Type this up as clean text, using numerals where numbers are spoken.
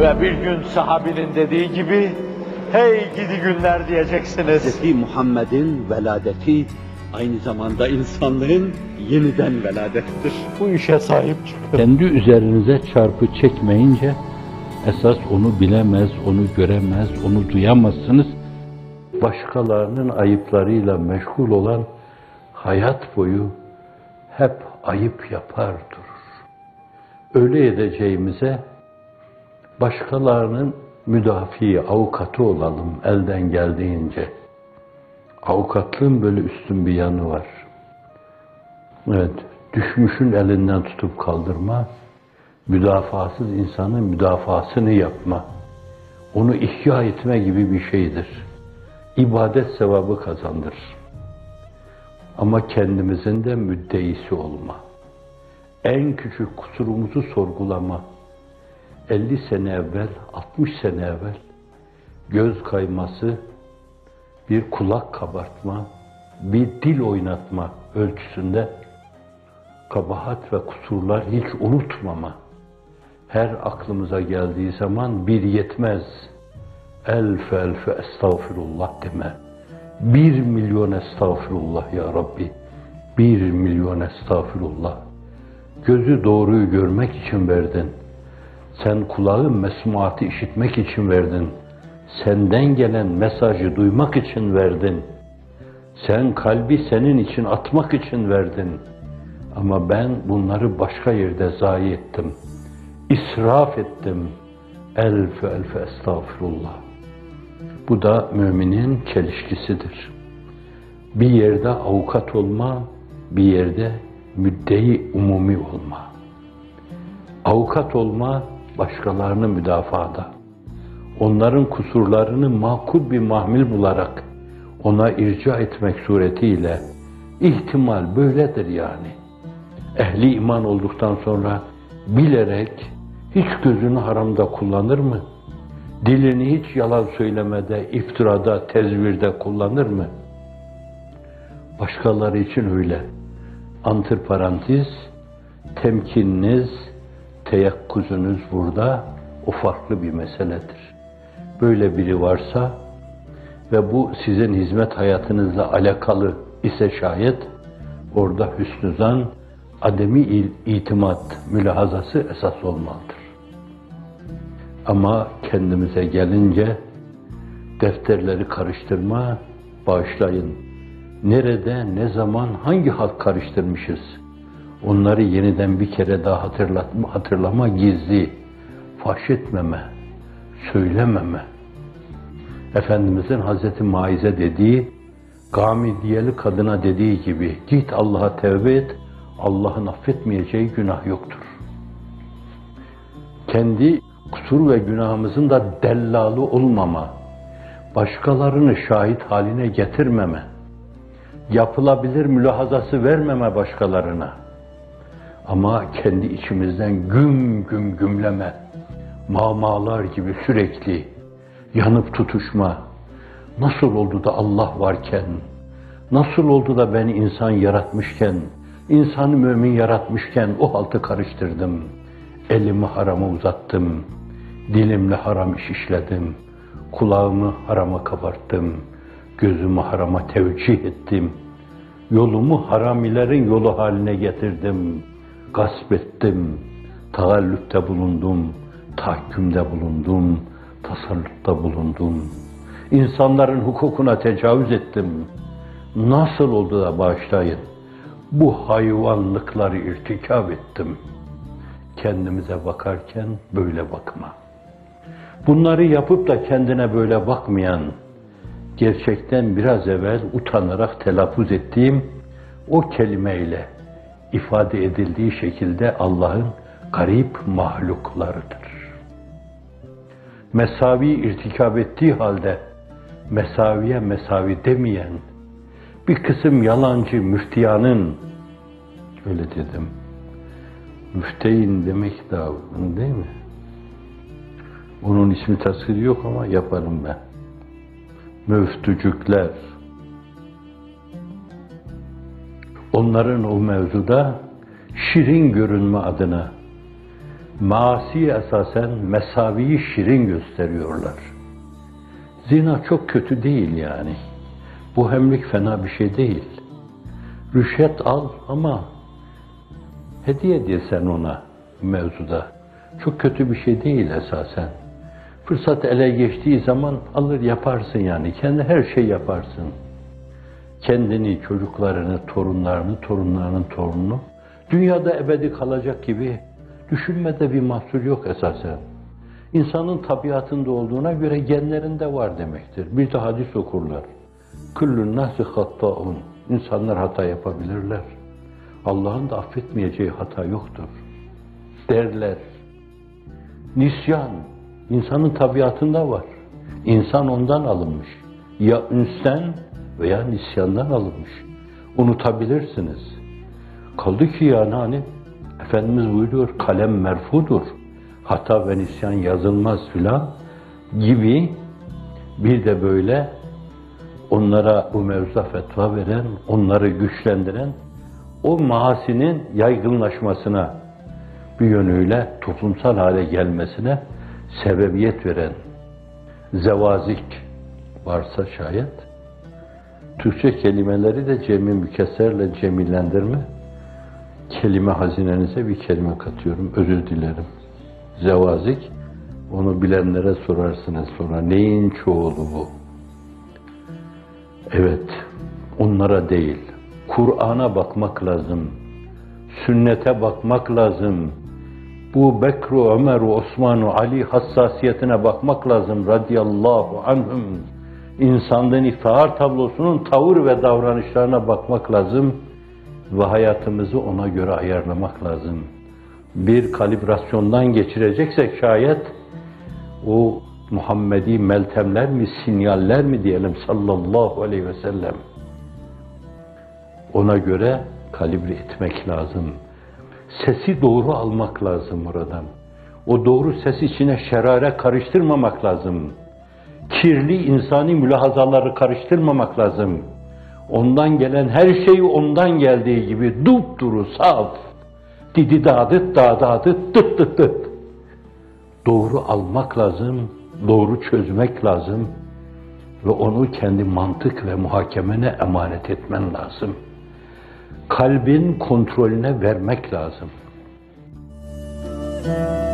Ve bir gün sahabinin dediği gibi, hey gidi günler diyeceksiniz. Hz. Muhammed'in veladeti aynı zamanda insanlığın yeniden veladettir. Bu işe sahip çıkın. Kendi üzerinize çarpı çekmeyince, esas onu bilemez, onu göremez, onu duyamazsınız. Başkalarının ayıplarıyla meşgul olan hayat boyu hep ayıp yapar durur. Öyle edeceğimize başkalarının müdafi, avukatı olalım elden geldiğince. Avukatlığın böyle üstün bir yanı var. Evet, düşmüşün elinden tutup kaldırma, müdafasız insanın müdafasını yapma, onu ihya etme gibi bir şeydir. İbadet sevabı kazandırır. Ama kendimizin de müddeisi olma. En küçük kusurumuzu sorgulama. 50 sene evvel, 60 sene evvel göz kayması, bir kulak kabartma, bir dil oynatma ölçüsünde kabahat ve kusurlar hiç unutmama. Her aklımıza geldiği zaman bir yetmez. Elf estağfirullah deme. 1 milyon estağfirullah ya Rabbi. 1 milyon estağfirullah. Gözü doğruyu görmek için verdin. Sen kulağı mesmuatı işitmek için verdin. Senden gelen mesajı duymak için verdin. Sen kalbi senin için atmak için verdin. Ama ben bunları başka yerde zayi ettim. İsraf ettim. Elf estağfirullah. Bu da müminin çelişkisidir. Bir yerde avukat olma, bir yerde müddei umumi olma. Avukat olma, başkalarını müdafada. Onların kusurlarını makul bir mahmil bularak ona irca etmek suretiyle ihtimal böyledir yani. Ehli iman olduktan sonra bilerek hiç gözünü haramda kullanır mı? Dilini hiç yalan söylemede, iftirada, tezvirde kullanır mı? Başkaları için öyle. Antiparantez, temkininiz, teyakkuzunuz burada, o farklı bir meseledir. Böyle biri varsa ve bu sizin hizmet hayatınızla alakalı ise şayet, orada hüsnü zan, ademi itimat mülahazası esas olmalıdır. Ama kendimize gelince defterleri karıştırma, bağışlayın. Nerede, ne zaman, hangi halk karıştırmışız? Onları yeniden bir kere daha hatırlama gizli, fahş etmeme, söylememe. Efendimizin Hazreti Maize dediği, Gamidiyeli kadına dediği gibi, git Allah'a tevbe et, Allah'ın affetmeyeceği günah yoktur. Kendi kusur ve günahımızın da dellalı olmama, başkalarını şahit haline getirmeme, yapılabilir mülahazası vermeme başkalarına. Ama kendi içimizden güm güm gümleme, mağmalar gibi sürekli yanıp tutuşma. Nasıl oldu da Allah varken, nasıl oldu da beni insan yaratmışken, insanı mümin yaratmışken o haltı karıştırdım. Elimi harama uzattım, dilimle haram iş işledim, kulağımı harama kabarttım, gözümü harama tevcih ettim, yolumu haramilerin yolu haline getirdim, gasp ettim, taallüpte bulundum, tahkümde bulundum, tasarrufta bulundum, insanların hukukuna tecavüz ettim. Nasıl oldu da bağışlayın, bu hayvanlıkları irtikab ettim. Kendimize bakarken böyle bakma. Bunları yapıp da kendine böyle bakmayan, gerçekten biraz evvel utanarak telaffuz ettiğim o kelimeyle ifade edildiği şekilde Allah'ın garip mahluklarıdır. Mesavi irtikab ettiği halde mesaviye mesavi demeyen bir kısım yalancı müftiyanın, öyle dedim, müfteyin demek daha uygun değil mi? Onun ismi tasviri yok ama yaparım ben. Müftücükler. Onların o mevzuda şirin görünme adına Maasi esasen mesaviyi şirin gösteriyorlar. Zina çok kötü değil yani. Bu hemlik fena bir şey değil. Rüşvet al ama hediye edilsen ona mevzuda. Çok kötü bir şey değil esasen. Fırsat ele geçtiği zaman alır yaparsın yani. Kendi her şey yaparsın. Kendini, çocuklarını, torunlarının torununu dünyada ebedi kalacak gibi düşünmede bir mahsur yok esasen. İnsanın tabiatında olduğuna göre genlerinde var demektir. Bir de hadis okurlar. Küllün nâsi hattâun. İnsanlar hata yapabilirler. Allah'ın da affetmeyeceği hata yoktur derler. Nisyan, insanın tabiatında var. İnsan ondan alınmış. Ya ünsten veya nisyandan alınmış. Unutabilirsiniz. Kaldı ki yani hani Efendimiz buyuruyor, kalem merfudur. Hata ve nisyan yazılmaz filan gibi bir de böyle onlara bu mevzuda fetva veren, onları güçlendiren, o maasinin yaygınlaşmasına bir yönüyle toplumsal hale gelmesine sebebiyet veren zevazik varsa şayet, Türkçe kelimeleri de cemi mükesserle cemillendirme, kelime hazinenize bir kelime katıyorum, özür dilerim. Zevazik, onu bilenlere sorarsınız sonra, neyin çoğulu bu? Evet, onlara değil, Kur'an'a bakmak lazım, sünnete bakmak lazım, bu Bekru, Ömer, Osman, Ali hassasiyetine bakmak lazım radıyallahu anhum. İnsanlığın iftihar tablosunun tavır ve davranışlarına bakmak lazım ve hayatımızı ona göre ayarlamak lazım. Bir kalibrasyondan geçireceksek şayet o Muhammedi meltemler mi, sinyaller mi diyelim sallallahu aleyhi ve sellem. Ona göre kalibre etmek lazım. Sesi doğru almak lazım oradan. O doğru ses içine şerare karıştırmamak lazım. Kirli insani mülahazaları karıştırmamak lazım. Ondan gelen her şey ondan geldiği gibi dupduru, saf. Didi dadıt, dadadıt, dıt dıt dıt. Doğru almak lazım, doğru çözmek lazım ve onu kendi mantık ve muhakemene emanet etmen lazım. Kalbin kontrolüne vermek lazım.